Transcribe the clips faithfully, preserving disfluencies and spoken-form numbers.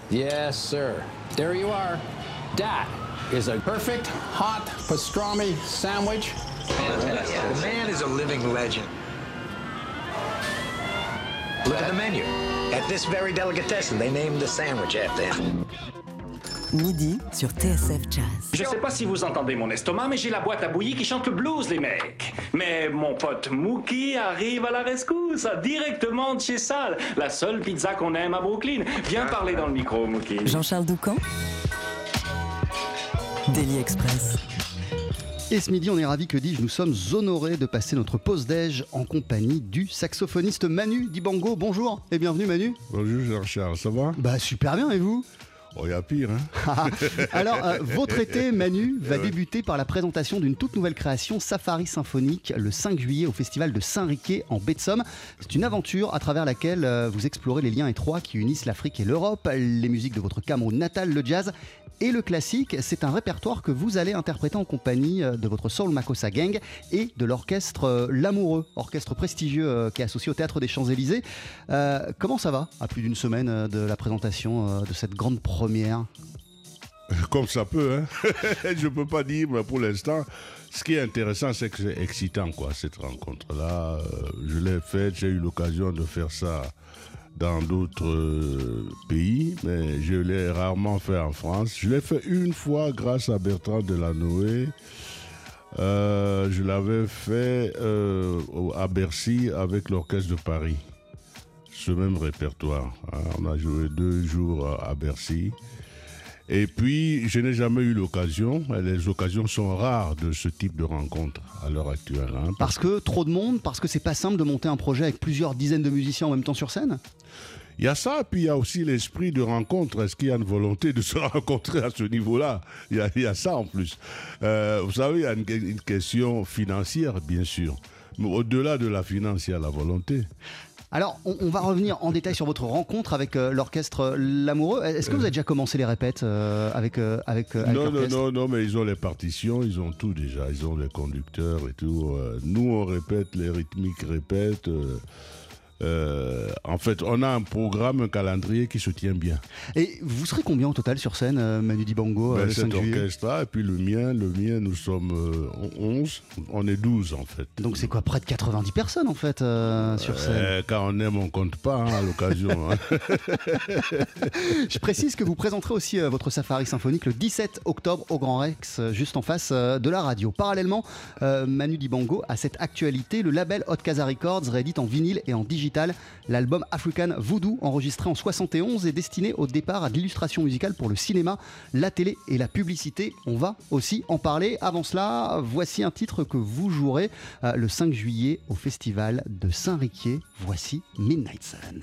Yes, sir. There you are. That is a perfect hot pastrami sandwich. The man is a living legend. Look at the menu. At this very delicatessen, they named the sandwich after him. Midi sur T S F Jazz. Je sais pas si vous entendez mon estomac, mais j'ai la boîte à bouillie qui chante le blues, les mecs. Mais mon pote Mookie arrive à la rescousse, directement de chez Sal, la seule pizza qu'on aime à Brooklyn. Viens parler dans le micro, Mookie. Jean-Charles Doucan. Daily Express. Et ce midi, on est ravis, que dis-je, nous sommes honorés de passer notre pause déj en compagnie du saxophoniste Manu Dibango. Bonjour et bienvenue Manu. Bonjour Jean-Charles, ça va? Bah super bien, et vous? Oh, il y a pire, hein. Alors, euh, votre été, Manu, va débuter par la présentation d'une toute nouvelle création, Safari Symphonique, le cinq juillet au festival de Saint-Riquet en baie de Somme. C'est une aventure à travers laquelle euh, vous explorez les liens étroits qui unissent l'Afrique et l'Europe, les musiques de votre Cameroun natal, le jazz et le classique. C'est un répertoire que vous allez interpréter en compagnie de votre Soul Makossa Gang et de l'orchestre euh, L'Amoureux, orchestre prestigieux euh, qui est associé au Théâtre des Champs-Élysées. Euh, comment ça va, à plus d'une semaine euh, de la présentation euh, de cette grande première? Comme ça peut, hein. Je peux pas dire, mais pour l'instant, ce qui est intéressant, c'est que c'est excitant, quoi, cette rencontre-là. Euh, je l'ai faite, j'ai eu l'occasion de faire ça dans d'autres euh, pays, mais je l'ai rarement fait en France. Je l'ai fait une fois grâce à Bertrand Delanoë. Euh, je l'avais fait euh, à Bercy avec l'Orchestre de Paris. Ce même répertoire. Hein. On a joué deux jours à Bercy. Et puis, je n'ai jamais eu l'occasion, les occasions sont rares de ce type de rencontre à l'heure actuelle. Hein, parce, parce que trop de monde, parce que c'est pas simple de monter un projet avec plusieurs dizaines de musiciens en même temps sur scène? Il y a ça, puis il y a aussi l'esprit de rencontre. Est-ce qu'il y a une volonté de se rencontrer à ce niveau-là? Il y a, il y a ça en plus. Euh, vous savez, il y a une, une question financière, bien sûr. Mais au-delà de la finance, il y a la volonté. Alors, on, on va revenir en détail sur votre rencontre avec euh, l'orchestre L'Amoureux. Est-ce que vous avez déjà commencé les répètes euh, avec, euh, avec, euh, avec non, l'orchestre? Non, non, non, mais ils ont les partitions, ils ont tout déjà. Ils ont les conducteurs et tout. Euh, nous, on répète, les rythmiques répètent. Euh, euh, en fait, on a un programme, un calendrier qui se tient bien. Et vous serez combien au total sur scène, euh, Manu Dibango, ben, euh, le cet cinq juillet? orchestre-là, et puis le mien, le mien, nous sommes euh, onze, on est douze en fait. Donc c'est quoi, près de quatre-vingt-dix personnes en fait euh, sur scène? euh, Quand on aime, on compte pas hein, à l'occasion. Hein. Je précise que vous présenterez aussi euh, votre Safari Symphonique le dix-sept octobre au Grand Rex, euh, juste en face euh, de la radio. Parallèlement, euh, Manu Dibango a cette actualité, le label Hot Casa Records réédite en vinyle et en digital l'album African Voodoo, enregistré en soixante et onze et destiné au départ à de l'illustration musicale pour le cinéma, la télé et la publicité. On va aussi en parler. Avant cela, voici un titre que vous jouerez euh, le cinq juillet au festival de Saint-Riquet. Voici Midnight Sun.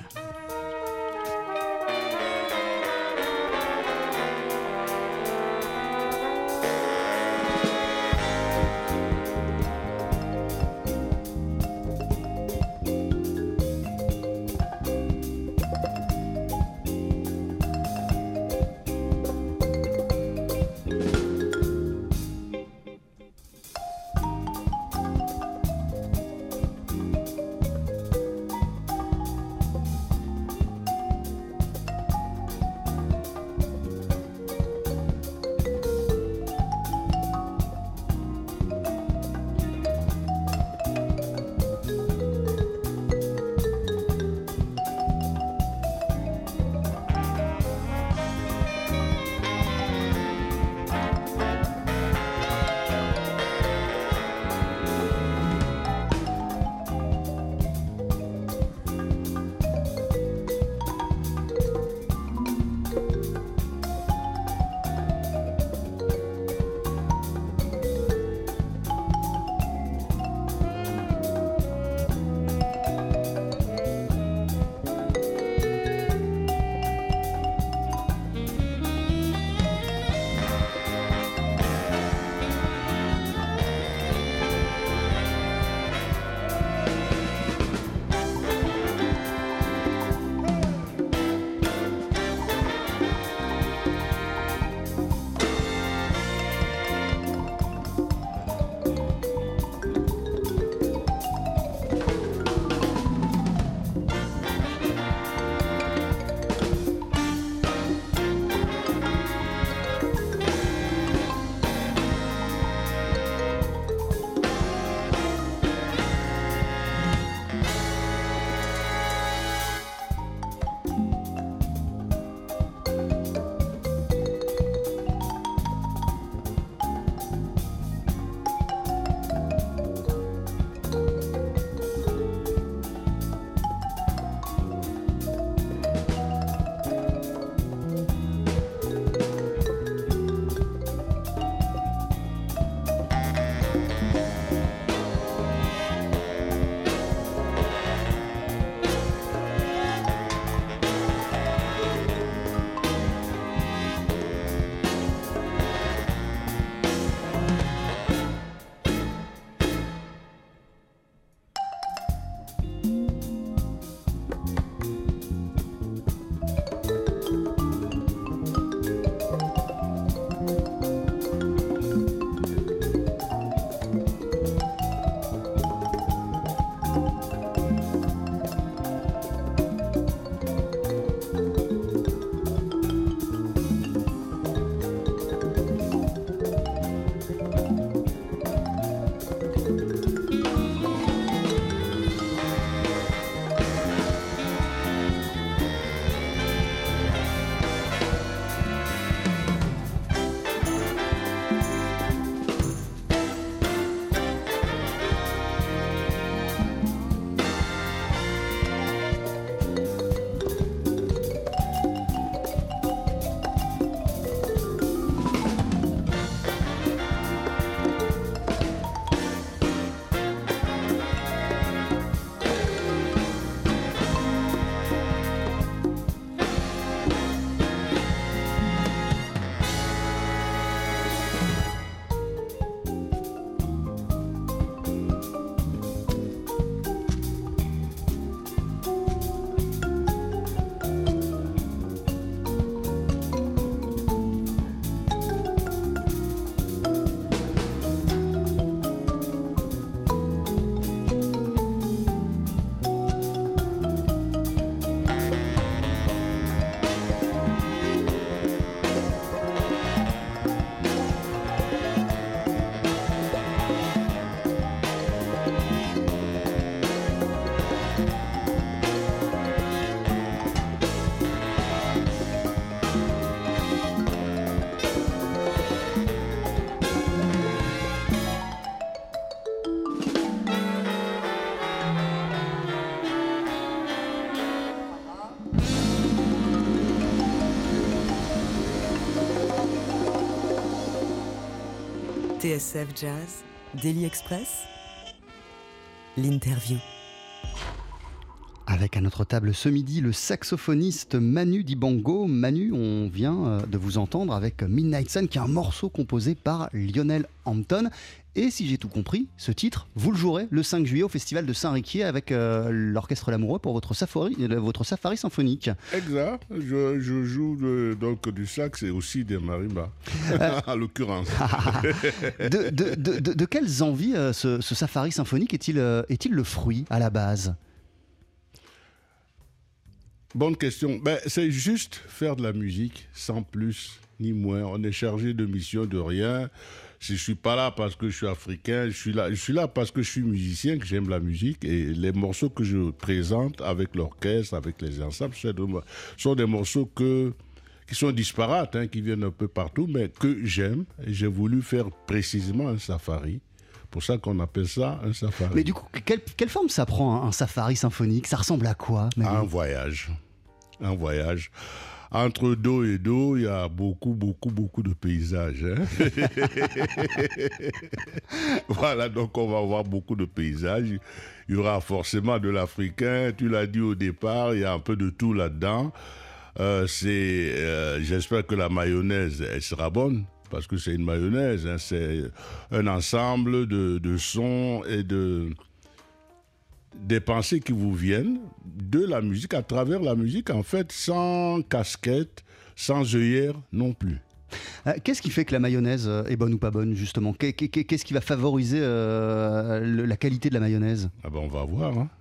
T S F Jazz, Daily Express, l'interview. Avec à notre table ce midi le saxophoniste Manu Dibango. Manu, on vient de vous entendre avec Midnight Sun, qui est un morceau composé par Lionel Hampton. Et si j'ai tout compris, ce titre, vous le jouerez le cinq juillet au Festival de Saint-Riquier avec euh, l'Orchestre L'Amoureux pour votre safari, votre safari symphonique. Exact. Je, je joue de, donc du sax et aussi des marimbas, euh... en l'occurrence. de, de, de, de, de quelles envies euh, ce, ce safari symphonique est-il, euh, est-il le fruit à la base ? Bonne question. Ben, c'est juste faire de la musique, sans plus ni moins. On est chargé de mission de rien. Si je suis pas là parce que je suis africain, je suis là, je suis là parce que je suis musicien, que j'aime la musique. Et les morceaux que je présente avec l'orchestre, avec les ensembles, sont des morceaux que, qui sont disparates, hein, qui viennent un peu partout, mais que j'aime. Et j'ai voulu faire précisément un safari. Pour ça qu'on appelle ça un safari. Mais du coup, quelle, quelle forme ça prend, un safari symphonique ? Ça ressemble à quoi ? Un voyage. Un voyage. Entre dos et dos, il y a beaucoup, beaucoup, beaucoup de paysages. Hein. Voilà, donc on va voir beaucoup de paysages. Il y aura forcément de l'africain. Tu l'as dit au départ, il y a un peu de tout là-dedans. Euh, c'est, euh, j'espère que la mayonnaise, elle sera bonne. Parce que c'est une mayonnaise, hein, c'est un ensemble de, de sons et de, des pensées qui vous viennent de la musique, à travers la musique, en fait, sans casquette, sans œillère non plus. Euh, qu'est-ce qui fait que la mayonnaise est bonne ou pas bonne, justement ? Qu'est-ce qui va favoriser euh, le, la qualité de la mayonnaise ? Ah ben on va voir. Hein.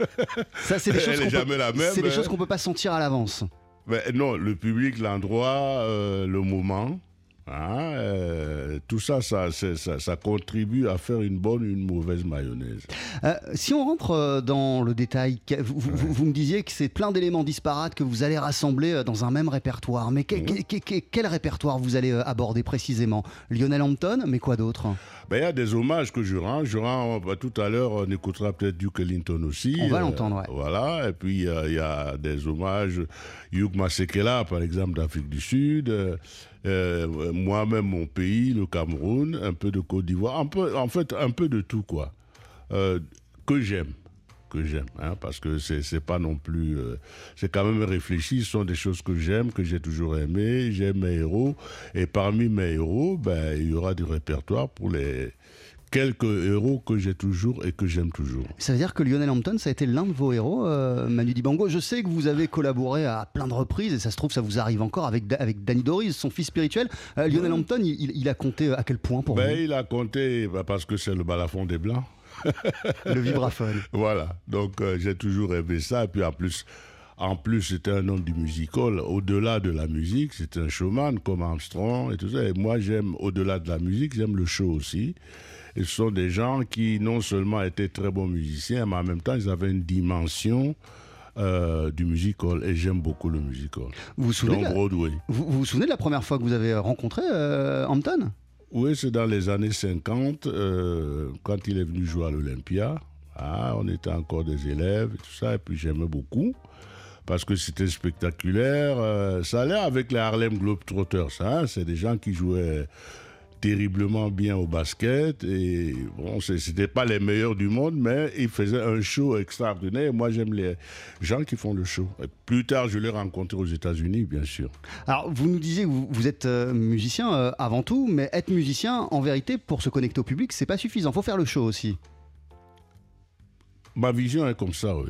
Ça, c'est des choses qu'on jamais peut, la même, c'est des hein. choses qu'on peut pas sentir à l'avance. Ben, non, le public, l'endroit, euh, le moment... Hein, euh, tout ça ça, ça, ça contribue à faire une bonne ou une mauvaise mayonnaise. Euh, si on rentre dans le détail, vous, vous, vous, vous me disiez que c'est plein d'éléments disparates que vous allez rassembler dans un même répertoire. Mais que, mmh. que, que, quel répertoire vous allez aborder précisément ? Lionel Hampton, mais quoi d'autre ? Ben, il y a des hommages que je rends. Je rends ben, tout à l'heure, on écoutera peut-être Duke Ellington aussi. On va euh, l'entendre, ouais. Voilà. Et puis, il y, y a des hommages. Hugh Masekela, par exemple, d'Afrique du Sud. Euh, euh, moi-même, mon pays, le Cameroun. Un peu de Côte d'Ivoire. Un peu, en fait, un peu de tout, quoi. Euh, que j'aime. que j'aime, hein, parce que c'est, c'est pas non plus... Euh, c'est quand même réfléchi, ce sont des choses que j'aime, que j'ai toujours aimé, j'aime mes héros, et parmi mes héros, ben, il y aura du répertoire pour les quelques héros que j'ai toujours et que j'aime toujours. Ça veut dire que Lionel Hampton, ça a été l'un de vos héros, euh, Manu Dibango. Je sais que vous avez collaboré à plein de reprises, et ça se trouve, ça vous arrive encore avec, avec Danny Doris, son fils spirituel. Euh, Lionel ouais. Hampton, il, il a compté à quel point pour ben, vous ? Il a compté ben, parce que c'est le balafon des Blancs. Le vibraphone. Voilà, donc euh, j'ai toujours rêvé ça. Et puis en plus, en plus c'était un homme du musical. Au-delà de la musique, c'était un showman comme Armstrong et tout ça. Et moi, j'aime, au-delà de la musique, j'aime le show aussi. Et ce sont des gens qui non seulement étaient très bons musiciens, mais en même temps, ils avaient une dimension euh, du musical. Et j'aime beaucoup le musical. Vous vous souvenez, donc, Broadway. Vous, vous vous souvenez de la première fois que vous avez rencontré euh, Hampton ? Oui, c'est dans les années cinquante, euh, quand il est venu jouer à l'Olympia. Ah, on était encore des élèves et tout ça, et puis j'aimais beaucoup, parce que c'était spectaculaire. Euh, ça allait avec les Harlem Globetrotters, hein, c'est des gens qui jouaient terriblement bien au basket, et bon, c'était pas les meilleurs du monde, mais ils faisaient un show extraordinaire. Moi, j'aime les gens qui font le show. Et plus tard, je l'ai rencontré aux États-Unis, bien sûr. Alors, vous nous disiez que vous, vous êtes euh, musicien euh, avant tout, mais être musicien, en vérité, pour se connecter au public, c'est pas suffisant. Faut faire le show aussi. Ma vision est comme ça, oui.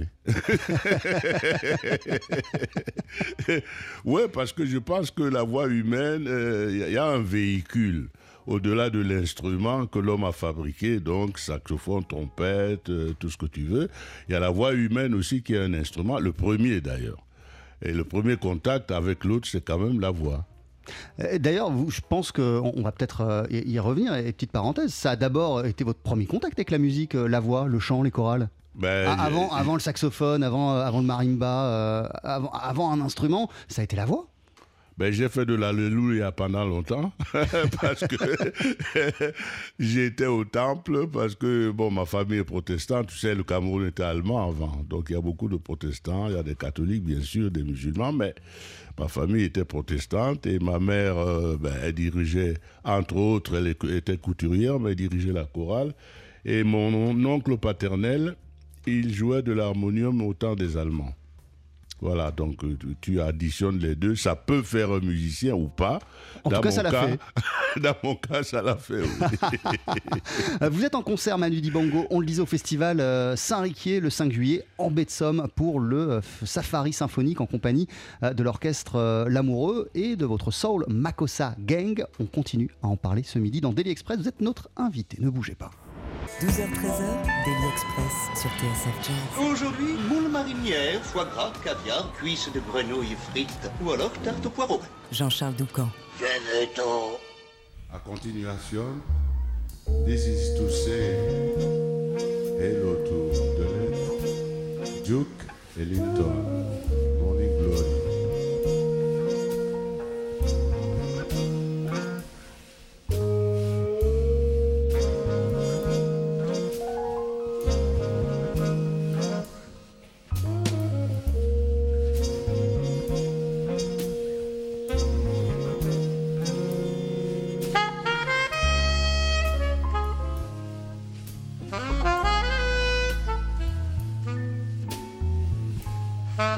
Oui, parce que je pense que la voix humaine, il euh, y a un véhicule au-delà de l'instrument que l'homme a fabriqué, donc saxophone, trompette, euh, tout ce que tu veux. Il y a la voix humaine aussi qui est un instrument, le premier d'ailleurs. Et le premier contact avec l'autre, c'est quand même la voix. D'ailleurs, vous, je pense qu'on va peut-être y revenir. Et petite parenthèse, ça a d'abord été votre premier contact avec la musique, la voix, le chant, les chorales ? Ben, ah, avant, avant le saxophone, avant, avant le marimba, euh, avant, avant un instrument, ça a été la voix ? Ben, j'ai fait de l'alléluia pendant longtemps parce que j'étais au temple, parce que bon, ma famille est protestante. Tu sais, le Cameroun était allemand avant. Donc, il y a beaucoup de protestants. Il y a des catholiques, bien sûr, des musulmans, mais ma famille était protestante et ma mère, euh, ben, elle dirigeait, entre autres, elle était couturière, mais elle dirigeait la chorale. Et mon oncle paternel, il jouait de l'harmonium au temps des Allemands. Voilà, donc tu additionnes les deux, ça peut faire un musicien ou pas. En dans tout cas, mon ça l'a cas, fait. Dans mon cas, ça l'a fait, oui. Vous êtes en concert, Manu Dibango, on le disait, au festival euh, Saint-Riquier le cinq juillet en baie de Somme pour le euh, Safari Symphonique en compagnie euh, de l'orchestre euh, L'Amoureux et de votre soul Makossa Gang. On continue à en parler ce midi dans Daily Express. Vous êtes notre invité, ne bougez pas. douze heures treize, Daily Express sur T S F Jazz. Aujourd'hui, moule marinière, foie gras, caviar, cuisses de grenouille frites ou alors tarte au poireau. Jean-Charles Doucan. Venez-t'en. A continuation, this is to say hello to the Duke Ellington, Morning Glory. Thank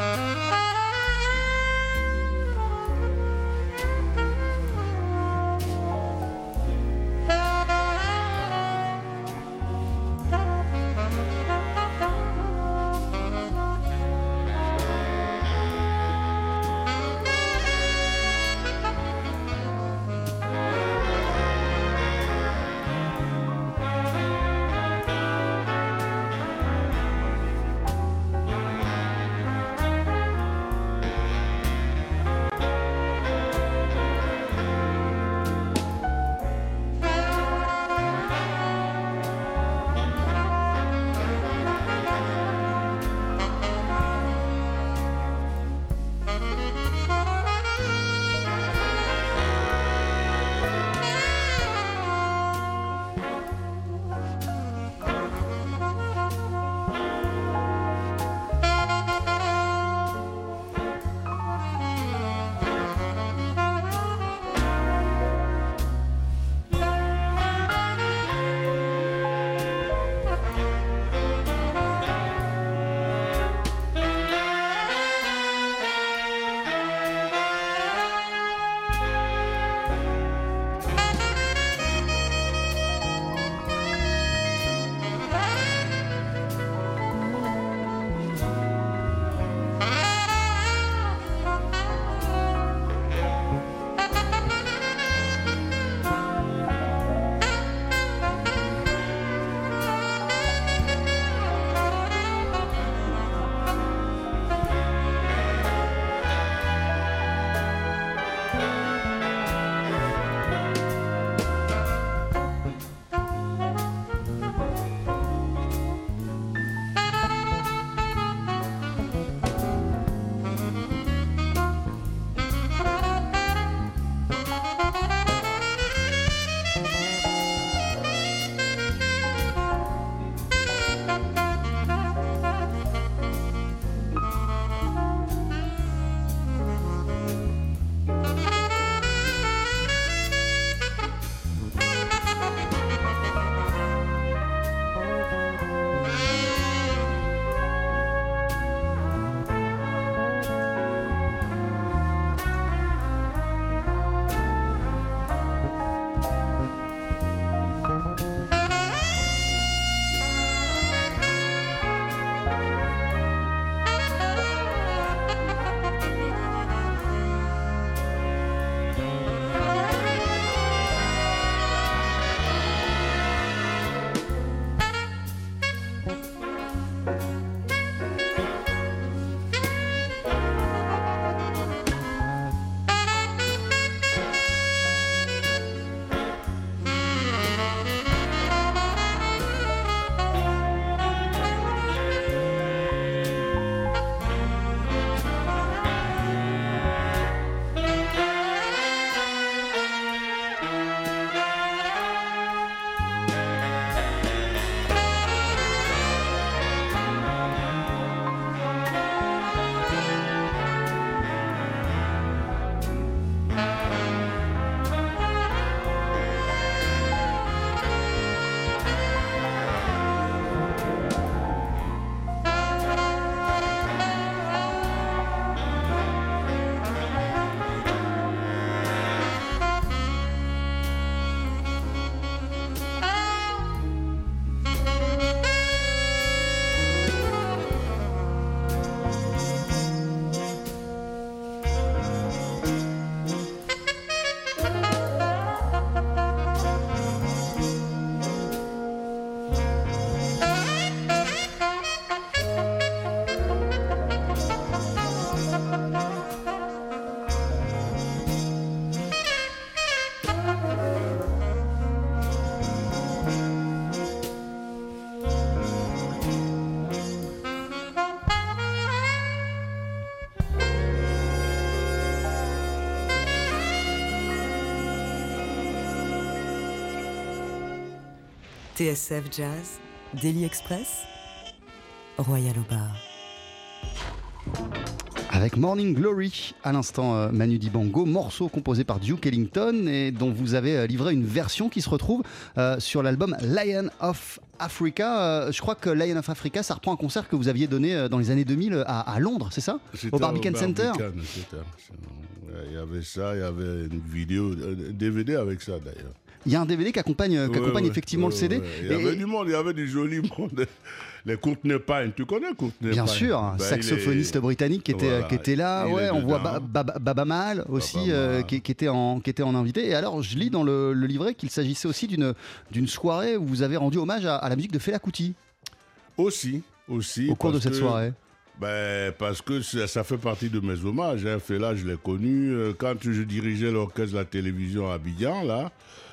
T S F Jazz, Daily Express, Royal au bar. Avec Morning Glory, à l'instant euh, Manu Dibango, morceau composé par Duke Ellington et dont vous avez euh, livré une version qui se retrouve euh, sur l'album Lion of Africa. Euh, je crois que Lion of Africa, ça reprend un concert que vous aviez donné euh, dans les années deux mille à, à Londres, c'est ça? C'était Au Barbican Center. Barbican, il y avait ça, il y avait une vidéo, un D V D avec ça d'ailleurs. Il y a un D V D qui accompagne, euh, qui Ouais, accompagne ouais, effectivement ouais, le C D. ouais. Il y Et- avait du monde, il y avait du joli monde. Les Courtney Pine, tu connais Courtney Bien Pine? sûr, un Ben, saxophoniste il est- britannique qui était, Voilà, qui était là. il Ouais, est on voit dedans. Ba- Ba- Baba Maal aussi, Baba euh, Maal. qui, qui était en, qui était en invité. Et alors, je lis dans le, le livret qu'il s'agissait aussi d'une d'une soirée où vous avez rendu hommage à, à la musique de Fela Kuti Aussi, aussi. au cours de parce cette que- soirée. Ben, parce que ça, ça fait partie de mes hommages. Hein. Fela, je l'ai connu euh, quand je dirigeais l'orchestre de la télévision à Abidjan, là.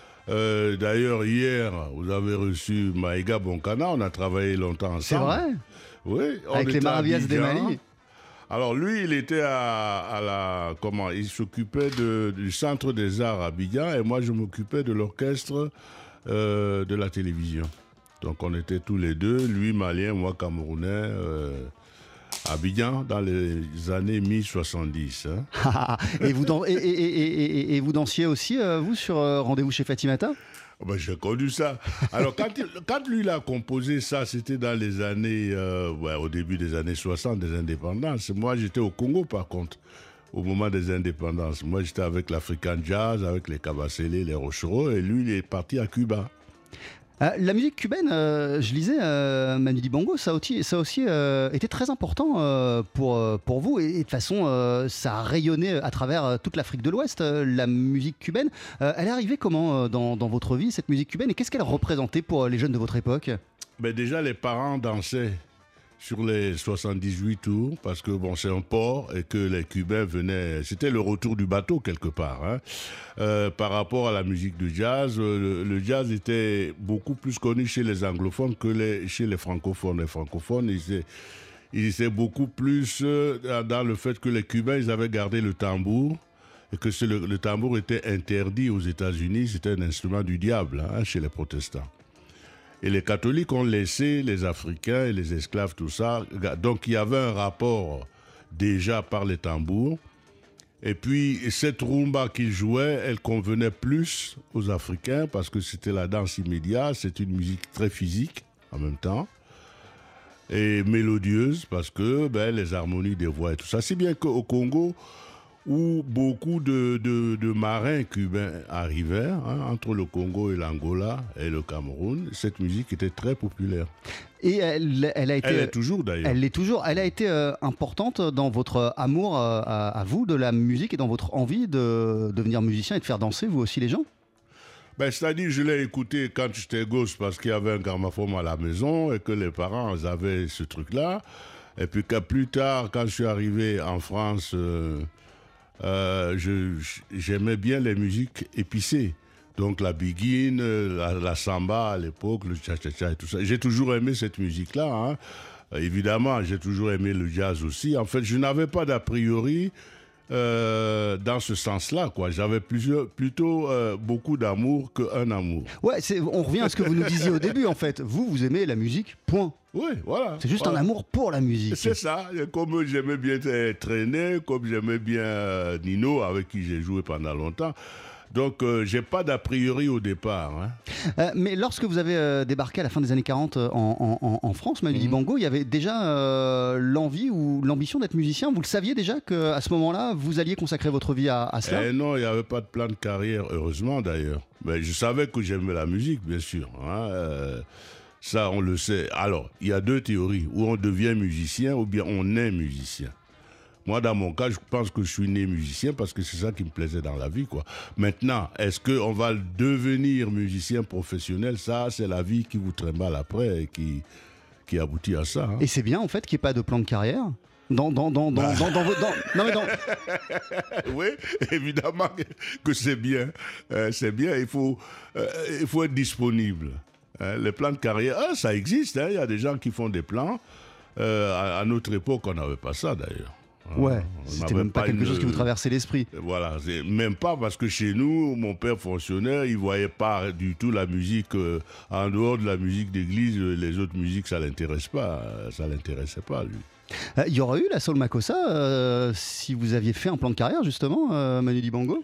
Euh, D'ailleurs, hier, vous avez reçu Maïga Bonkana, on a travaillé longtemps ensemble. C'est vrai. Oui. on Avec les était à Maravillas des Abidjan. Mali. Alors lui, il était à, à la... Comment? Il s'occupait de- du Centre des Arts à Abidjan et moi, je m'occupais de l'orchestre euh, de la télévision. Donc on était tous les deux, lui malien, moi camerounais, euh, à Abidjan dans les années mille soixante-dix. Hein. et, vous dan- et, et- et- et- et vous dansiez aussi, euh, vous, sur euh, Rendez-vous chez Fatimata? Oh ben, j'ai connu ça. Alors, quand, il- quand lui, il a composé ça, c'était dans les années, euh, ouais, au début des années soixante, des indépendances. Moi, j'étais au Congo, par contre, au moment des indépendances. Moi, j'étais avec l'African Jazz, avec les Kabasele, les Rochereau, et lui, il est parti à Cuba. Euh, la musique cubaine, euh, je lisais, euh, Manu Dibango, ça a aussi, ça a aussi euh, été très important euh, pour, euh, pour vous. Et, et de toute façon, euh, ça a rayonné à travers euh, toute l'Afrique de l'Ouest, euh, la musique cubaine. Euh, elle est arrivée comment euh, dans, dans votre vie, cette musique cubaine? Et qu'est-ce qu'elle représentait pour euh, les jeunes de votre époque? Ben, déjà, les parents dansaient sur les soixante-dix-huit tours, parce que bon, c'est un port et que les Cubains venaient. C'était le retour du bateau quelque part. Hein. Euh, par rapport à la musique du jazz, euh, le, le jazz était beaucoup plus connu chez les anglophones que les, chez les francophones. Les francophones, ils étaient, ils étaient beaucoup plus euh, dans le fait que les Cubains, ils avaient gardé le tambour. Et que c'est le, le tambour était interdit aux États-Unis, c'était un instrument du diable hein, chez les protestants. Et les catholiques ont laissé les Africains et les esclaves, tout ça. Donc il y avait un rapport déjà par les tambours. Et puis cette rumba qu'ils jouaient, elle convenait plus aux Africains parce que c'était la danse immédiate, c'est une musique très physique en même temps. Et mélodieuse parce que ben, les harmonies des voix et tout ça. Si bien qu'au Congo, où beaucoup de, de, de marins cubains arrivaient, hein, entre le Congo et l'Angola et le Cameroun, cette musique était très populaire. Et elle, elle a été. Elle est toujours d'ailleurs. Elle l'est toujours. Elle a été euh, importante dans votre amour euh, à, à vous de la musique et dans votre envie de devenir musicien et de faire danser vous aussi les gens? Ben, c'est-à-dire, je l'ai écouté quand j'étais gosse parce qu'il y avait un gramophone à la maison et que les parents avaient ce truc-là. Et puis que plus tard, quand je suis arrivé en France, euh, euh, je, j'aimais bien les musiques épicées. Donc la biguine, la, la samba à l'époque, le cha-cha-cha et tout ça. J'ai toujours aimé cette musique-là. Hein. Évidemment, j'ai toujours aimé le jazz aussi. En fait, je n'avais pas d'a priori euh, dans ce sens-là, quoi. J'avais plusieurs, plutôt euh, beaucoup d'amour qu'un amour. Ouais, c'est, on revient à ce que vous nous disiez au début en fait. Vous, vous aimez la musique, point. Oui, voilà. C'est juste voilà. un amour pour la musique. C'est ça. Et comme j'aimais bien traîner, comme j'aimais bien euh, Nino, avec qui j'ai joué pendant longtemps. Donc, euh, j'ai pas d'a priori au départ. Hein. Euh, mais lorsque vous avez euh, débarqué à la fin des années quarante en, en, en France, Manu Mhm. Dibango, il y avait déjà euh, l'envie ou l'ambition d'être musicien. Vous le saviez déjà qu'à ce moment-là, vous alliez consacrer votre vie à, à cela? Eh non, il n'y avait pas de plan de carrière, heureusement d'ailleurs. Mais je savais que j'aimais la musique, bien sûr. Hein. Euh, ça, on le sait. Alors, il y a deux théories. Où on devient musicien ou bien on est musicien. Moi, dans mon cas, je pense que je suis né musicien parce que c'est ça qui me plaisait dans la vie, quoi. Maintenant, est-ce qu'on va devenir musicien professionnel? Ça, c'est la vie qui vous trimballe après et qui, qui aboutit à ça. Hein. Et c'est bien en fait qu'il n'y ait pas de plan de carrière dans, dans, dans, dans, dans, dans, vos- dans- non, mais dans, Oui, évidemment que c'est bien. Euh, c'est bien, il faut, euh, il faut être disponible. Hein, les plans de carrière, ah, ça existe. Hein, il y a des gens qui font des plans. Euh, à, à notre époque, on n'avait pas ça d'ailleurs. Ouais, On c'était n'avait même pas, quelque une- chose qui vous traversait l'esprit. Voilà, c'est même pas parce que chez nous, mon père fonctionnaire, il voyait pas du tout la musique euh, en dehors de la musique d'église, euh, les autres musiques, ça l'intéresse pas, euh, ça l'intéressait pas lui. Euh, Il y aurait eu la Soul Makossa euh, si vous aviez fait un plan de carrière, justement, euh, Manu Dibango?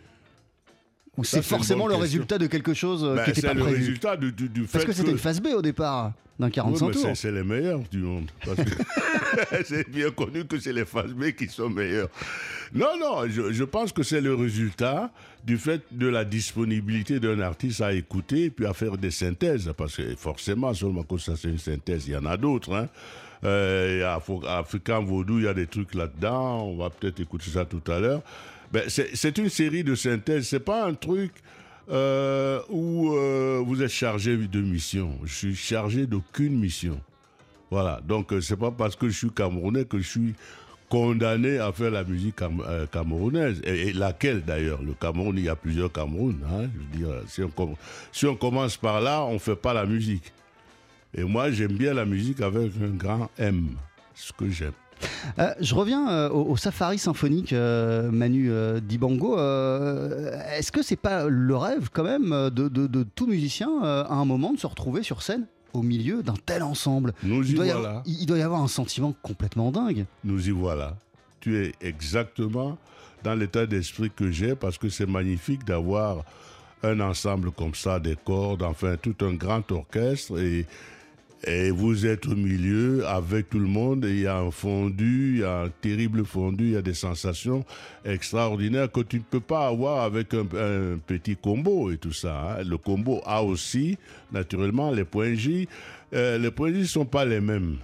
Ou Ça, c'est c'est une forcément bonne le question. résultat de quelque chose euh, Ben, qui n'était c'est pas le prévu? résultat du, du, du fait Parce que c'était une phase B au départ, d'un Oui, quarante-cinq mais tours. c'est- c'est les meilleurs du monde. Parce que c'est bien connu que c'est les phases B qui sont meilleurs. Non, non, je, je pense que c'est le résultat du fait de la disponibilité d'un artiste à écouter et puis à faire des synthèses. Parce que forcément, seulement que ça c'est une synthèse, il y en a d'autres. Hein. Euh, il y a Afro- African Vaudou, il y a des trucs là-dedans. On va peut-être écouter ça tout à l'heure. Ben, c'est c'est une série de synthèses. C'est pas un truc euh, où euh, vous êtes chargé de mission. Je suis chargé d'aucune mission. Voilà. Donc, euh, c'est pas parce que je suis camerounais que je suis condamné à faire la musique cam- euh, camerounaise. Et, et laquelle d'ailleurs? Le Cameroun, il y a plusieurs Camerouns. Hein. Je veux dire, si on, com- si on commence par là, on fait pas la musique. Et moi, j'aime bien la musique avec un grand M. Ce que j'aime. Euh, je reviens euh, au, au Safari symphonique, euh, Manu euh, Dibango. Euh, Est-ce que c'est pas le rêve quand même de, de- de tout musicien euh, à un moment de se retrouver sur scène au milieu d'un tel ensemble? Nous y il, doit y voilà. avoir, il doit y avoir un sentiment complètement dingue. Nous y voilà. Tu es exactement dans l'état d'esprit que j'ai parce que c'est magnifique d'avoir un ensemble comme ça, des cordes, enfin tout un grand orchestre et, et vous êtes au milieu avec tout le monde et il y a un fondu, il y a un terrible fondu, il y a des sensations extraordinaires que tu ne peux pas avoir avec un, un petit combo et tout ça. Hein. Le combo a aussi, naturellement, les points J. Euh, les points J ne sont pas les mêmes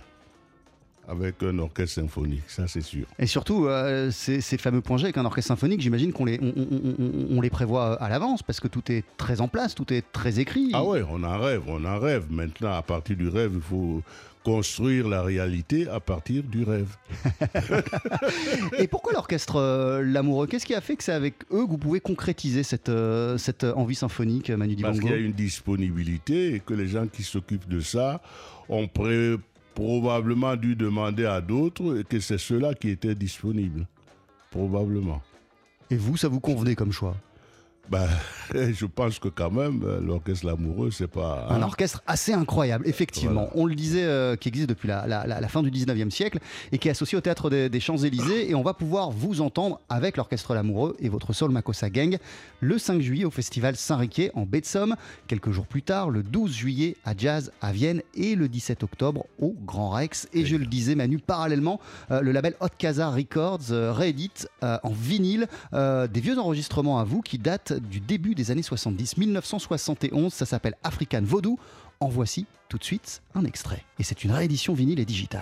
avec un orchestre symphonique, ça c'est sûr. Et surtout, euh, ces, ces fameux points G avec un orchestre symphonique, j'imagine qu'on les, on, on- on- on les prévoit à l'avance parce que tout est très en place, tout est très écrit. Ah ouais, on en rêve, on en rêve. Maintenant, à partir du rêve, il faut construire la réalité à partir du rêve. Et pourquoi l'orchestre euh, L'Amoureux? Qu'est-ce qui a fait que c'est avec eux que vous pouvez concrétiser cette, euh, cette envie symphonique, Manu Parce Dibango? qu'il y a une disponibilité et que les gens qui s'occupent de ça ont pré- probablement dû demander à d'autres et que c'est ceux-là qui étaient disponibles. Probablement. Et vous, ça vous convenait comme choix? Ben, je pense que quand même, euh, l'orchestre L'Amoureux, c'est pas... Un hein. orchestre assez incroyable, effectivement. Voilà. On le disait, euh, qui existe depuis la, la- la- la fin du dix-neuvième siècle et qui est associé au Théâtre des, des Champs-Élysées. Et on va pouvoir vous entendre avec l'orchestre L'Amoureux et votre Soul Makossa Gang le cinq juillet au Festival Saint-Riquet en baie de Somme. Quelques jours plus tard, le douze juillet à Jazz à Vienne et le dix-sept octobre au Grand Rex. Et je le disais, Manu, parallèlement, euh, le label Hot Casa Records euh, réédite euh, en vinyle euh, des vieux enregistrements à vous qui datent du début des années soixante-dix, mille neuf cent soixante et onze. Ça s'appelle African Vaudou. En voici tout de suite un extrait. Et c'est une réédition vinyle et digitale.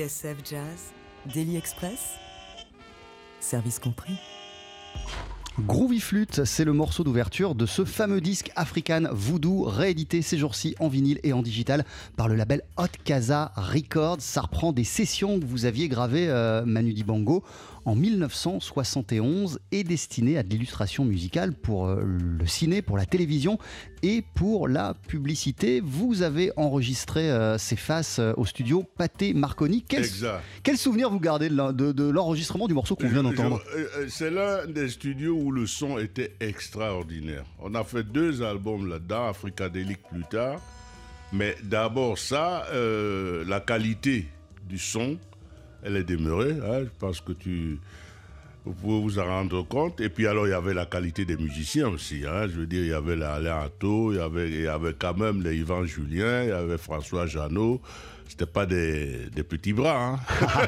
T S F Jazz, Daily Express, service compris. Groovy Flute, c'est le morceau d'ouverture de ce fameux disque African Voodoo, réédité ces jours-ci en vinyle et en digital par le label Hot Casa Records. Ça reprend des sessions que vous aviez gravées, euh, Manu Dibango, en mille neuf cent soixante et onze et destinées à de l'illustration musicale pour euh, le ciné, pour la télévision et pour la publicité. Vous avez enregistré euh, ces faces euh, au studio Pathé Marconi. Quel, Exact. Quel souvenir vous gardez de, la- de- de l'enregistrement du morceau qu'on vient d'entendre? Je- je- euh, C'est l'un des studios où le son était extraordinaire. On a fait deux albums là-dedans, Africadélique plus tard. Mais d'abord ça, euh, la qualité du son, elle est demeurée. Hein, je pense que tu, vous pouvez vous en rendre compte. Et puis alors, il y avait la qualité des musiciens aussi. Hein, je veux dire, il y avait Alain Atto, il y avait, il y avait quand même les Yvan Julien, il y avait François Jeannot. C'était pas des, des petits bras. Hein.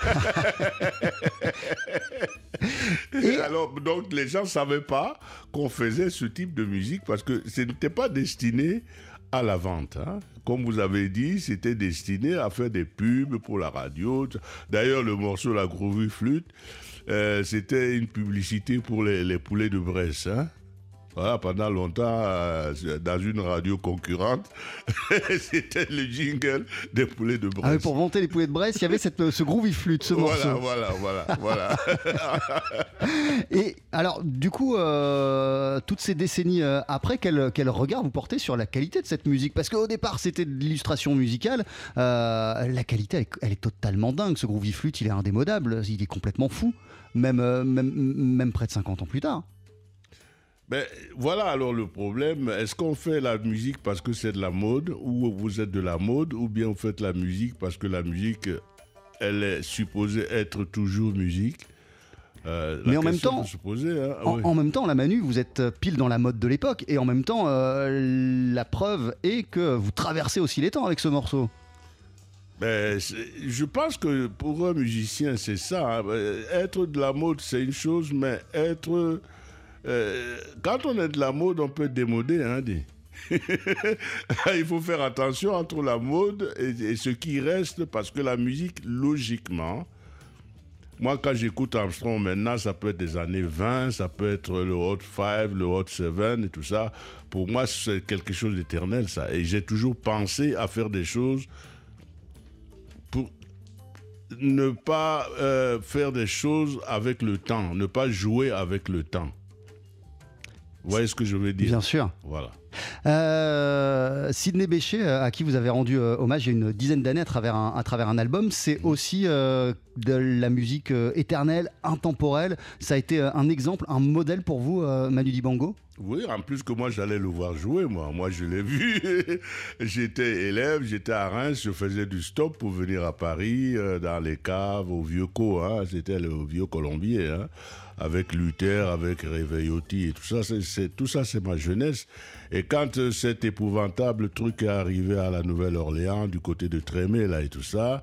Et alors, donc, les gens ne savaient pas qu'on faisait ce type de musique parce que ce n'était pas destiné à la vente. Hein. Comme vous avez dit, c'était destiné à faire des pubs pour la radio. D'ailleurs, le morceau La Groovy Flute, euh, c'était une publicité pour les, les poulets de Bresse. Hein. Voilà, pendant longtemps, euh, dans une radio concurrente, c'était le jingle des poulets de Bresse. Ah oui, pour vanter les poulets de Bresse, il y avait cette, ce Groovy Flute, ce Voilà, morceau. voilà, voilà, voilà. Et alors, du coup, euh, toutes ces décennies euh, après, quel, quel regard vous portez sur la qualité de cette musique? Parce qu'au départ, c'était de l'illustration musicale. Euh, la qualité, elle est, elle est totalement dingue. Ce Groovy Flute, il est indémodable. Il est complètement fou, même, euh, même, même près de cinquante ans plus tard. Ben, voilà alors le problème. Est-ce qu'on fait la musique parce que c'est de la mode, ou vous êtes de la mode, ou bien vous faites la musique parce que la musique, elle est supposée être toujours musique? Euh, Mais la en même question temps, peut se poser, hein. En, Oui. en même temps, la Manu, vous êtes pile dans la mode de l'époque. Et en même temps, euh, la preuve est que vous traversez aussi les temps avec ce morceau. Ben, c'est- je pense que pour un musicien, c'est ça. Hein. Être de la mode, c'est une chose, mais être... Euh, quand on est de la mode, on peut être démodé. Hein, dis. Il faut faire attention entre la mode et, et ce qui reste, parce que la musique, logiquement, moi, quand j'écoute Armstrong maintenant, ça peut être des années vingt, ça peut être le Hot cinq, le Hot sept et tout ça. Pour moi, c'est quelque chose d'éternel, ça. Et j'ai toujours pensé à faire des choses pour ne pas euh, faire des choses avec le temps, ne pas jouer avec le temps. Vous voyez ce que je veux dire? Bien sûr. Voilà. Euh, Sidney Bechet, à qui vous avez rendu euh, hommage il y a une dizaine d'années à travers un, à travers un album, c'est aussi euh, de la musique euh, éternelle, intemporelle. Ça a été euh, un exemple, un modèle pour vous, euh, Manu Dibango? Oui, en plus que moi, j'allais le voir jouer, moi. Moi, je l'ai vu. J'étais élève, j'étais à Reims, je faisais du stop pour venir à Paris, euh, dans les caves, au Vieux Co, hein. C'était le Vieux Colombier, hein, avec Luther, avec Réveillotti et tout ça. C'est, c'est, tout ça, c'est ma jeunesse. Et quand euh, cet épouvantable truc est arrivé à la Nouvelle-Orléans, du côté de Trémé, là, et tout ça,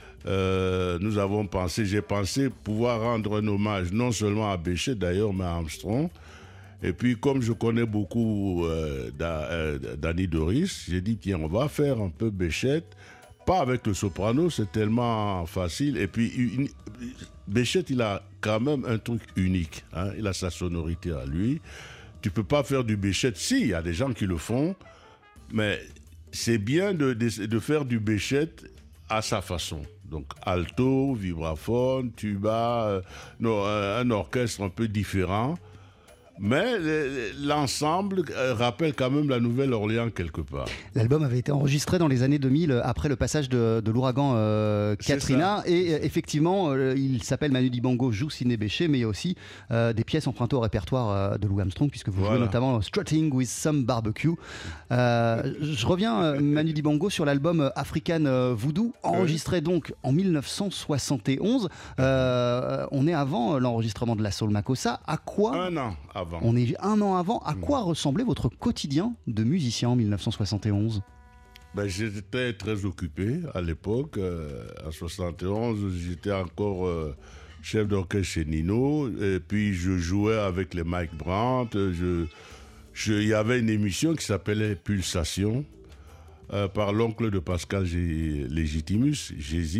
euh, nous avons pensé, j'ai pensé pouvoir rendre un hommage non seulement à Bechet, d'ailleurs, mais à Armstrong. Et puis, comme je connais beaucoup euh, da, euh, Danny Doris, j'ai dit, tiens, on va faire un peu Bechet. Pas avec le soprano, c'est tellement facile. Et puis, une, Bechet, il a quand même un truc unique. Hein, il a sa sonorité à lui. Tu peux pas faire du Bechet. Si, il y a des gens qui le font. Mais c'est bien de, de, de faire du Bechet à sa façon. Donc, alto, vibraphone, tuba, euh, non, un orchestre un peu différent. Mais l'ensemble rappelle quand même la Nouvelle-Orléans quelque part. L'album avait été enregistré dans les années deux mille après le passage de, de l'ouragan euh, Katrina. Et euh, effectivement, euh, il s'appelle Manu Dibango joue Sidney Bechet, mais il y a aussi euh, des pièces empruntées au répertoire euh, de Louis Armstrong, puisque vous Voilà. jouez notamment Strutting with Some Barbecue. Euh, je reviens, euh, Manu Dibango, sur l'album African euh, Voodoo, enregistré donc en mille neuf cent soixante et onze. Euh, on est avant l'enregistrement de la Soul Makossa. À quoi Un an avant. On est un an avant. À quoi ressemblait votre quotidien de musicien en mille neuf cent soixante et onze? Ben, j'étais très occupé à l'époque. Euh, en soixante et onze, j'étais encore euh, chef d'orchestre chez Nino. Et puis, je jouais avec les Mike Brandt. Je, je, il y avait une émission qui s'appelait Pulsation euh, par l'oncle de Pascal G- Légitimus, Gésip.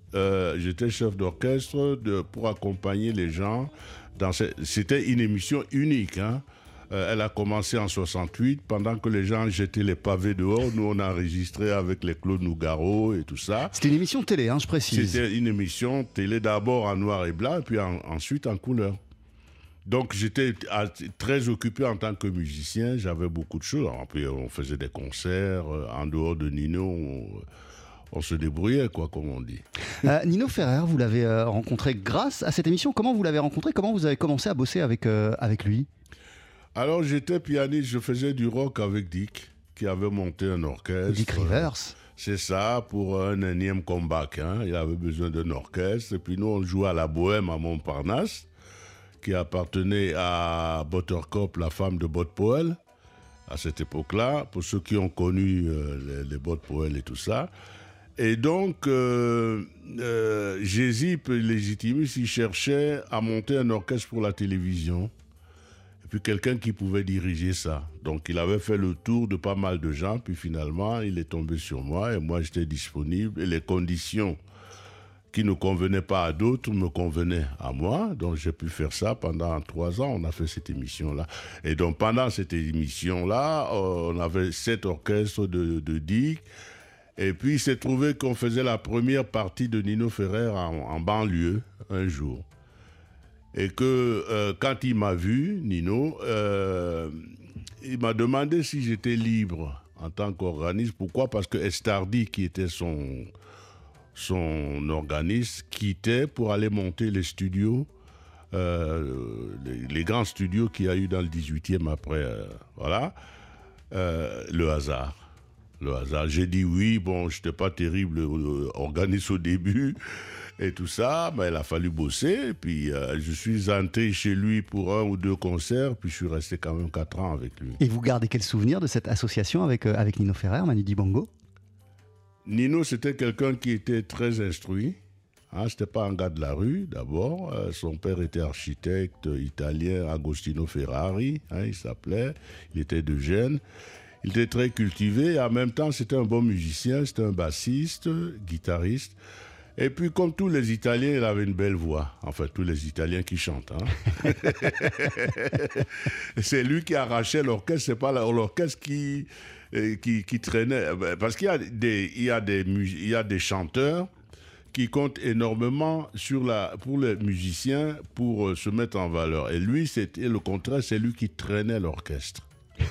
euh, j'étais chef d'orchestre de, pour accompagner les gens. Dans ce, c'était une émission unique, hein. Euh, elle a commencé en soixante-huit, pendant que les gens jetaient les pavés dehors. Nous, on a enregistré avec les Claude Nougaro et tout ça. C'était une émission télé, hein, je précise. C'était une émission télé d'abord en noir et blanc, et puis en, ensuite en couleur. Donc, j'étais très occupé en tant que musicien. J'avais beaucoup de choses. Puis, on faisait des concerts. En dehors de Nino, on, on se débrouillait, quoi, comme on dit. Euh, Nino Ferrer, vous l'avez euh, rencontré grâce à cette émission. Comment vous l'avez rencontré? Comment vous avez commencé à bosser avec, euh, avec lui? Alors, j'étais pianiste, je faisais du rock avec Dick, qui avait monté un orchestre. Dick Rivers. C'est ça, pour un énième comeback. Hein. Il avait besoin d'un orchestre. Et puis nous, on jouait à la Bohème à Montparnasse, qui appartenait à Buttercup, la femme de Bob Powell, à cette époque-là, pour ceux qui ont connu euh, les, les Bob Powell et tout ça. Et donc, euh, euh, Jay-Z Légitimus, il cherchait à monter un orchestre pour la télévision. Et puis quelqu'un qui pouvait diriger ça. Donc il avait fait le tour de pas mal de gens, puis finalement il est tombé sur moi et moi j'étais disponible et les conditions qui ne convenaient pas à d'autres me convenaient à moi. Donc j'ai pu faire ça pendant trois ans, on a fait cette émission-là. Et donc pendant cette émission-là, on avait sept orchestres de, de Dick. Et puis il s'est trouvé qu'on faisait la première partie de Nino Ferrer en, en banlieue un jour. Et que euh, quand il m'a vu, Nino, euh, il m'a demandé si j'étais libre en tant qu'organiste. Pourquoi? Parce que Estardi, qui était son, son organiste, quittait pour aller monter les studios, euh, les, les grands studios qu'il y a eu dans le dix-huitième après. Euh, voilà, euh, le hasard. Le hasard. J'ai dit oui, bon, je n'étais pas terrible euh, organiste au début. Et tout ça, ben, il a fallu bosser. Et puis, euh, je suis entré chez lui pour un ou deux concerts. Puis, je suis resté quand même quatre ans avec lui. Et vous gardez quel souvenir de cette association avec, euh, avec Nino Ferrer, Manu Dibango? Nino, c'était quelqu'un qui était très instruit. Hein, c'était pas un gars de la rue, d'abord. Euh, son père était architecte italien, Agostino Ferrari, hein, il s'appelait. Il était de Gênes. Il était très cultivé. Et en même temps, c'était un bon musicien. C'était un bassiste, guitariste. Et puis, comme tous les Italiens, il avait une belle voix. Enfin, tous les Italiens qui chantent. Hein. C'est lui qui arrachait l'orchestre, c'est pas l'orchestre qui, qui, qui traînait. Parce qu'il y a des, il y a des, il y a des chanteurs qui comptent énormément sur la, pour les musiciens pour se mettre en valeur. Et lui, c'était le contraire, c'est lui qui traînait l'orchestre.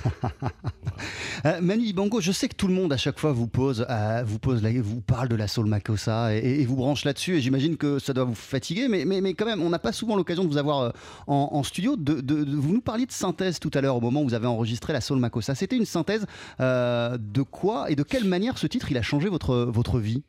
euh, Manu Dibango, je sais que tout le monde à chaque fois vous pose, euh, vous pose, la, vous parle de la soul makossa et, et vous branche là-dessus. Et j'imagine que ça doit vous fatiguer, mais, mais, mais quand même, on n'a pas souvent l'occasion de vous avoir euh, en, en studio. De, de, de, vous nous parliez de synthèse tout à l'heure au moment où vous avez enregistré la soul makossa. C'était une synthèse euh, de quoi et de quelle manière ce titre il a changé votre votre vie?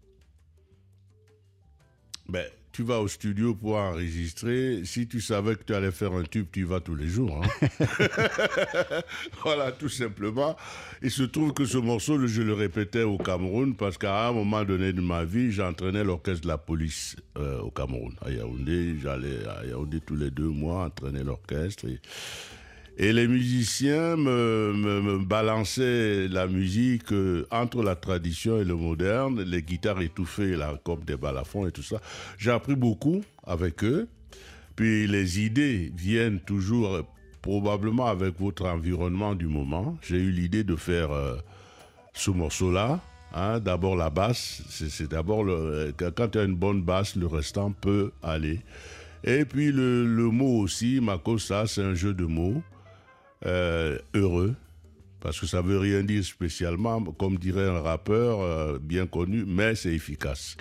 Ben, tu vas au studio pour enregistrer. Si tu savais que tu allais faire un tube, tu y vas tous les jours. Hein. Voilà, tout simplement. Il se trouve que ce morceau, je le répétais au Cameroun parce qu'à un moment donné de ma vie, j'entraînais l'orchestre de la police euh, au Cameroun. À Yaoundé, j'allais à Yaoundé tous les deux mois entraîner l'orchestre. Et... Et les musiciens me, me, me balançaient la musique euh, entre la tradition et le moderne, les guitares étouffées, là, comme des balafons et tout ça. J'ai appris beaucoup avec eux. Puis les idées viennent toujours euh, probablement avec votre environnement du moment. J'ai eu l'idée de faire euh, ce morceau-là. Hein, d'abord la basse, c'est, c'est d'abord le, quand tu as une bonne basse, le restant peut aller. Et puis le, le mot aussi, makossa, c'est un jeu de mots. Euh, heureux, parce que ça veut rien dire spécialement, comme dirait un rappeur euh, bien connu, mais c'est efficace.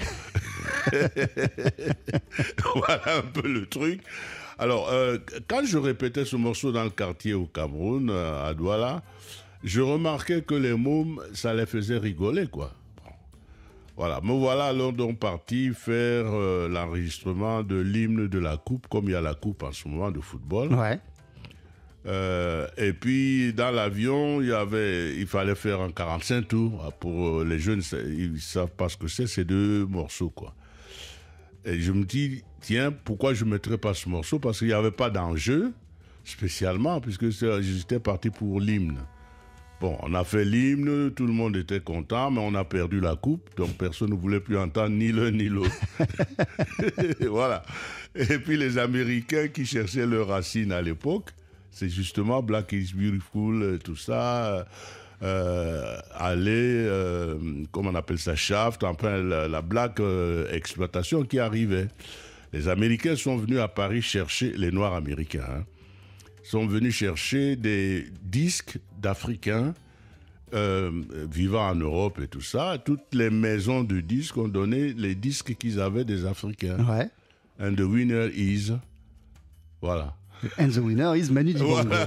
Voilà un peu le truc. Alors, euh, quand je répétais ce morceau dans le quartier au Cameroun, euh, à Douala, je remarquais que les mômes, ça les faisait rigoler, quoi. Bon. Voilà, me voilà alors donc parti faire euh, l'enregistrement de l'hymne de la coupe, comme il y a la coupe en ce moment de football. Ouais. Euh, et puis dans l'avion, il y avait, il fallait faire un quarante-cinq tours. Pour les jeunes, ils ne savent pas ce que c'est, c'est deux morceaux, quoi. Et je me dis, tiens, pourquoi je ne mettrais pas ce morceau? Parce qu'il n'y avait pas d'enjeu spécialement, puisque j'étais parti pour l'hymne. Bon, on a fait l'hymne, tout le monde était content, mais on a perdu la coupe, donc personne ne voulait plus entendre ni l'un ni l'autre. Voilà. Et puis les Américains qui cherchaient leurs racines à l'époque, c'est justement Black is Beautiful, tout ça, euh, aller, euh, comment on appelle ça, shaft, enfin la, la black euh, exploitation qui arrivait. Les Américains sont venus à Paris chercher, les Noirs américains, hein, sont venus chercher des disques d'Africains euh, vivant en Europe et tout ça. Toutes les maisons de disques ont donné les disques qu'ils avaient des Africains. Ouais. And the winner is... Voilà. And the winner is Manu Dibango. Voilà.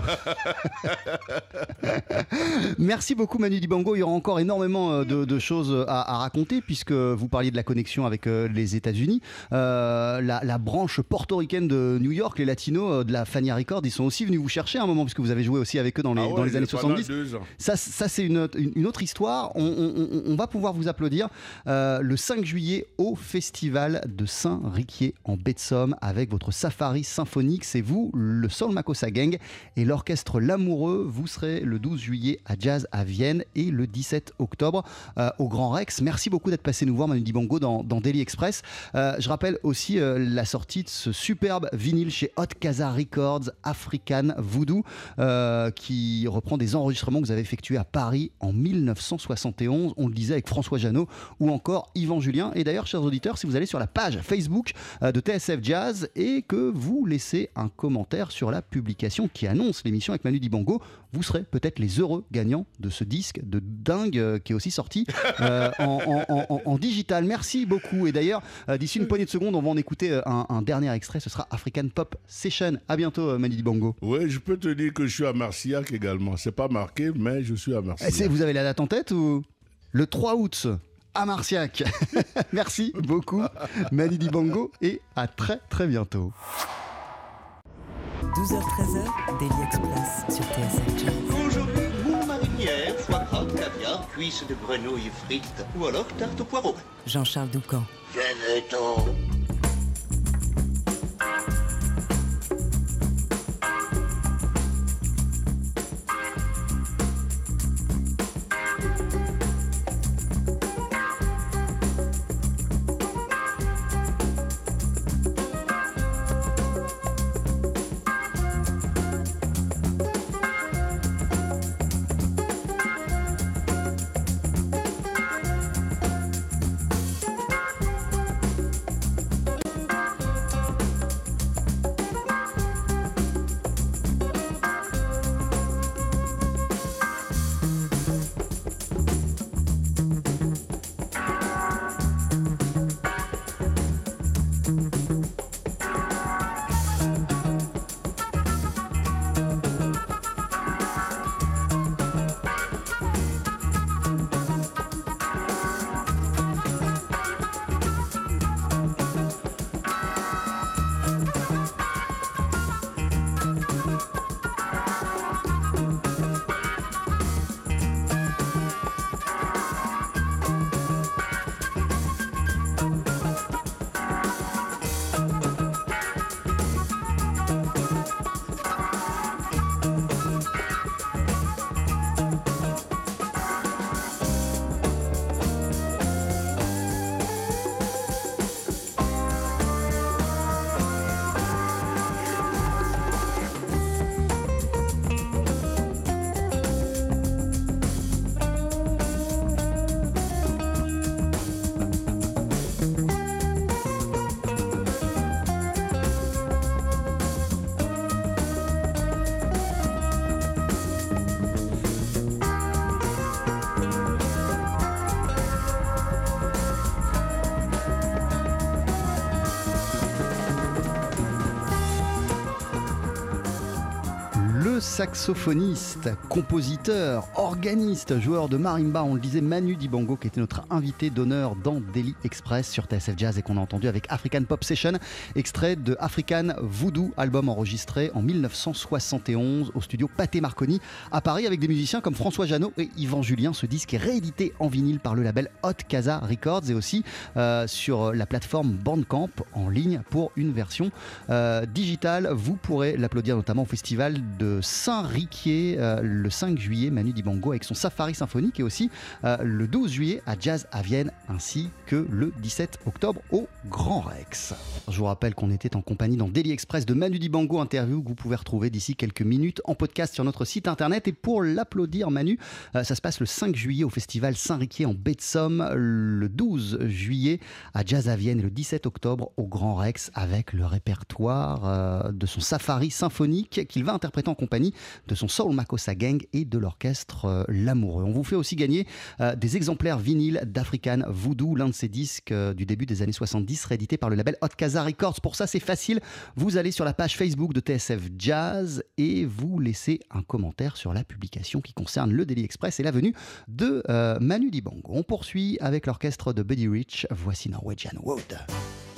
Merci beaucoup Manu Dibango. Il y aura encore énormément de, de choses à, à raconter puisque vous parliez de la connexion avec euh, les États-Unis. Euh, la, la branche portoricaine de New York, les Latinos de la Fania Records, ils sont aussi venus vous chercher à un moment puisque vous avez joué aussi avec eux dans les, Ah ouais, dans les années soixante-dix. Deux ans. Ça, ça c'est une, une, une autre histoire. On, on, on va pouvoir vous applaudir euh, le cinq juillet au festival de Saint-Riquier en baie de Somme avec votre safari symphonique. C'est vous, le Soul Makossa Gang et l'orchestre L'Amoureux. Vous serez le douze juillet à Jazz à Vienne et le dix-sept octobre euh, au Grand Rex. Merci beaucoup d'être passé nous voir Manu Dibango dans, dans Daily Express. Euh, je rappelle aussi euh, la sortie de ce superbe vinyle chez Hot Casa Records, African Voodoo, euh, qui reprend des enregistrements que vous avez effectués à Paris en mille neuf cent soixante et onze. On le disait avec François Jeannot ou encore Yvan Julien. Et d'ailleurs, chers auditeurs, si vous allez sur la page Facebook euh, de T S F Jazz et que vous laissez un commentaire sur la publication qui annonce l'émission avec Manu Dibango, vous serez peut-être les heureux gagnants de ce disque de dingue euh, qui est aussi sorti euh, en, en, en, en digital. Merci beaucoup. Et d'ailleurs, euh, d'ici une poignée de secondes, on va en écouter un, un dernier extrait. Ce sera African Pop Session. À bientôt, euh, Manu Dibango. Oui, je peux te dire que je suis à Marcillac également. C'est pas marqué, mais je suis à Marcillac. C'est, vous avez la date en tête ou le trois août à Marcillac. Merci beaucoup, Manu Dibango, et à très très bientôt. douze heures treize heures, Daily Express sur T S F Jazz. Aujourd'hui, moule marinière, foie gras, caviar, cuisses de grenouille frites ou alors tarte au poireau. Jean-Charles Doucan. Venez-t'en. Saxophoniste, compositeur, organiste, joueur de marimba, on le disait, Manu Dibango qui était notre invité d'honneur dans Daily Express sur T S F Jazz et qu'on a entendu avec African Pop Session, extrait de African Voodoo, album enregistré en mille neuf cent soixante et onze au studio Pathé Marconi à Paris avec des musiciens comme François Jeannot et Yvan Julien. Ce disque est réédité en vinyle par le label Hot Casa Records et aussi euh, sur la plateforme Bandcamp en ligne pour une version euh, digitale. Vous pourrez l'applaudir notamment au festival de Saint-Riquier euh, le cinq juillet, Manu Dibango avec son Safari Symphonique, et aussi euh, le douze juillet à Jazz à Vienne, ainsi que le dix-sept octobre au Grand Rex. Je vous rappelle qu'on était en compagnie dans Daily Express de Manu Dibango, interview que vous pouvez retrouver d'ici quelques minutes en podcast sur notre site internet. Et pour l'applaudir, Manu, euh, ça se passe le cinq juillet au festival Saint-Riquier en baie de Somme, le douze juillet à Jazz à Vienne et le dix-sept octobre au Grand Rex, avec le répertoire euh, de son Safari Symphonique qu'il va interpréter en compagnie de son Soul Makossa Gang et de l'orchestre euh, L'Amoureux. On vous fait aussi gagner euh, des exemplaires vinyles d'African Voodoo, l'un de ces disques euh, du début des années soixante-dix, réédité par le label Hot Casa Records. Pour ça, c'est facile, vous allez sur la page Facebook de T S F Jazz et vous laissez un commentaire sur la publication qui concerne le Daily Express et la venue de euh, Manu Dibango. On poursuit avec l'orchestre de Buddy Rich. Voici Norwegian Wood.